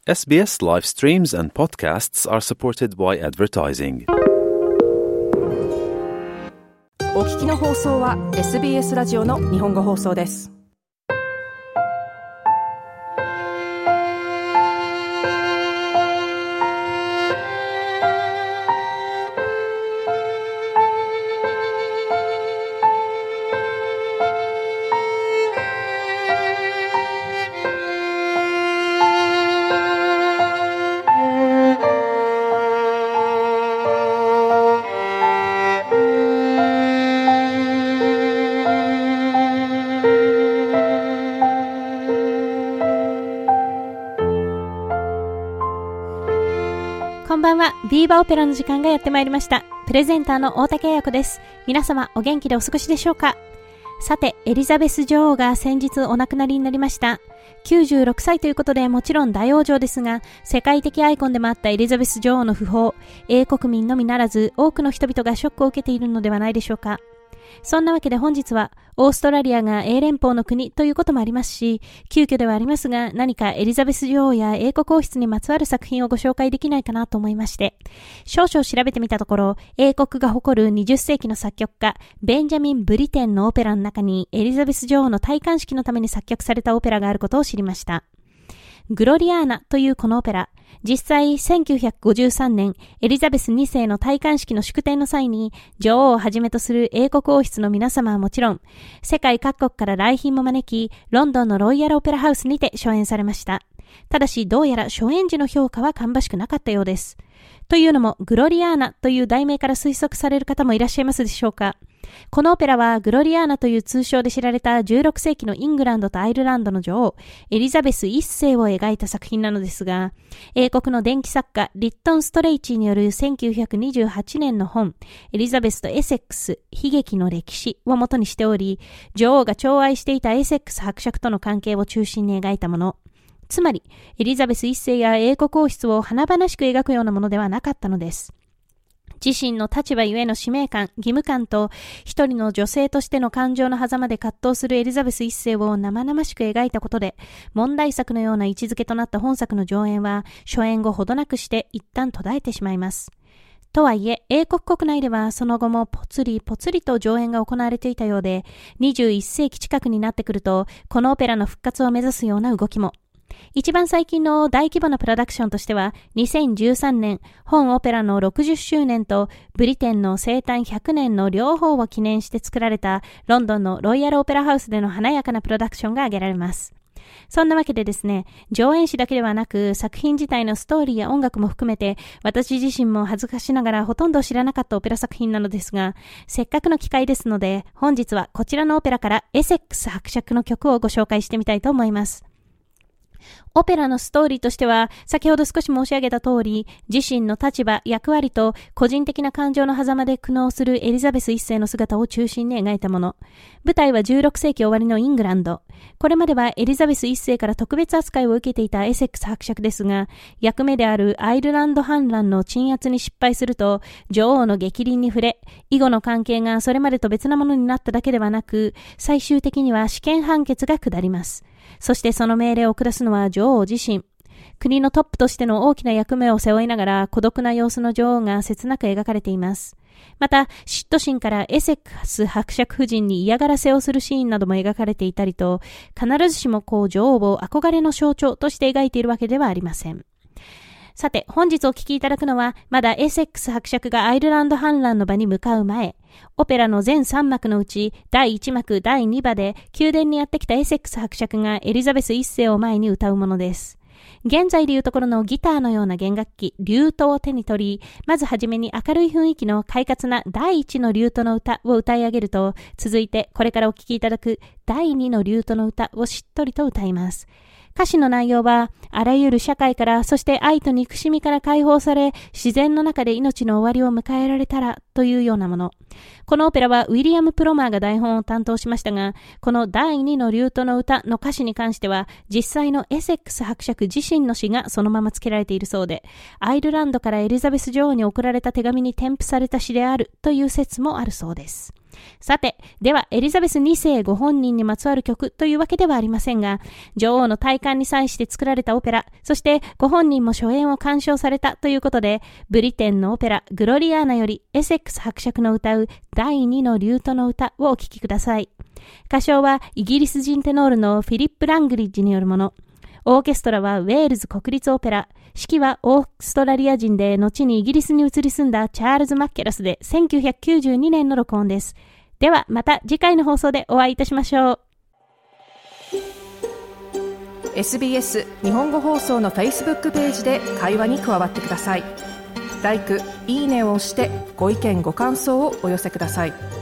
SBS live streams and podcasts are supported by advertising. お聞きの放送は SBS ラジオの日本語放送です。 こんばんは。ビーバーオペラの時間がやってまいりました。プレゼンターの大竹彩子です。皆様お元気でお過ごしでしょうか。さて、エリザベス女王が先日お亡くなりになりました。96歳ということでもちろん大往生ですが、世界的アイコンでもあったエリザベス女王の訃報、英国民のみならず多くの人々がショックを受けているのではないでしょうか。そんなわけで本日はオーストラリアが英連邦の国ということもありますし、急遽ではありますが何かエリザベス女王や英国王室にまつわる作品をご紹介できないかなと思いまして、少々調べてみたところ、英国が誇る20世紀の作曲家ベンジャミン・ブリテンのオペラの中にエリザベス女王の戴冠式のために作曲されたオペラがあることを知りました。グロリアーナというこのオペラ、実際1953年エリザベス2世の戴冠式の祝典の際に女王をはじめとする英国王室の皆様はもちろん世界各国から来賓も招き、ロンドンのロイヤルオペラハウスにて初演されました。ただしどうやら初演時の評価は芳しくなかったようです。というのもグロリアーナという題名から推測される方もいらっしゃいますでしょうか。このオペラはグロリアーナという通称で知られた16世紀のイングランドとアイルランドの女王エリザベス1世を描いた作品なのですが、英国の伝記作家リットン・ストレイチーによる1928年の本エリザベスとエセックス悲劇の歴史を元にしており、女王が寵愛していたエセックス伯爵との関係を中心に描いたもの、つまりエリザベス1世や英国王室を華々しく描くようなものではなかったのです。自身の立場ゆえの使命感、義務感と一人の女性としての感情の狭間で葛藤するエリザベス一世を生々しく描いたことで、問題作のような位置づけとなった本作の上演は初演後ほどなくして一旦途絶えてしまいます。とはいえ、英国国内ではその後もぽつりぽつりと上演が行われていたようで、21世紀近くになってくると、このオペラの復活を目指すような動きも。一番最近の大規模なプロダクションとしては、2013年、本オペラの60周年とブリテンの生誕100年の両方を記念して作られたロンドンのロイヤルオペラハウスでの華やかなプロダクションが挙げられます。そんなわけでですね、上演誌だけではなく作品自体のストーリーや音楽も含めて私自身も恥ずかしながらほとんど知らなかったオペラ作品なのですが、せっかくの機会ですので本日はこちらのオペラからエセックス伯爵の曲をご紹介してみたいと思います。オペラのストーリーとしては、先ほど少し申し上げた通り、自身の立場、役割と個人的な感情の狭間で苦悩するエリザベス一世の姿を中心に描いたもの。舞台は16世紀終わりのイングランド。これまではエリザベス一世から特別扱いを受けていたエセックス伯爵ですが、役目であるアイルランド反乱の鎮圧に失敗すると、女王の逆鱗に触れ、以後の関係がそれまでと別なものになっただけではなく、最終的には死刑判決が下ります。そしてその命令を下すのは女王自身。国のトップとしての大きな役目を背負いながら孤独な様子の女王が切なく描かれています。また、嫉妬心からエセックス伯爵夫人に嫌がらせをするシーンなども描かれていたりと、必ずしも女王を憧れの象徴として描いているわけではありません。さて、本日お聞きいただくのは、まだエセックス伯爵がアイルランド反乱の場に向かう前、オペラの全3幕のうち、第1幕、第2話で、宮殿にやってきたエセックス伯爵がエリザベス1世を前に歌うものです。現在でいうところのギターのような弦楽器、リュートを手に取り、まずはじめに明るい雰囲気の快活な第1のリュートの歌を歌い上げると、続いてこれからお聞きいただく第2のリュートの歌をしっとりと歌います。歌詞の内容は、あらゆる社会から、そして愛と憎しみから解放され、自然の中で命の終わりを迎えられたら、というようなもの。このオペラはウィリアム・プロマーが台本を担当しましたが、この第2のリュートの歌の歌詞に関しては、実際のエセックス伯爵自身の詩がそのまま付けられているそうで、アイルランドからエリザベス女王に送られた手紙に添付された詩であるという説もあるそうです。 さて、ではエリザベス2世ご本人にまつわる曲というわけではありませんが、女王の戴冠に際して作られたオペラ、そしてご本人も初演を鑑賞されたということで、ブリテンのオペラグロリアーナよりエセックス伯爵の歌う第2のリュートの歌をお聴きください。歌唱はイギリス人テノールのフィリップ・ラングリッジによるもの。オーケストラはウェールズ国立オペラ。指揮はオーストラリア人で後にイギリスに移り住んだチャールズ・マッケラスで1992年の録音です。ではまた次回の放送でお会いいたしましょう。 SBS 日本語放送の Facebook ページで会話に加わってください。LIKE、いいねを押してご意見ご感想をお寄せください。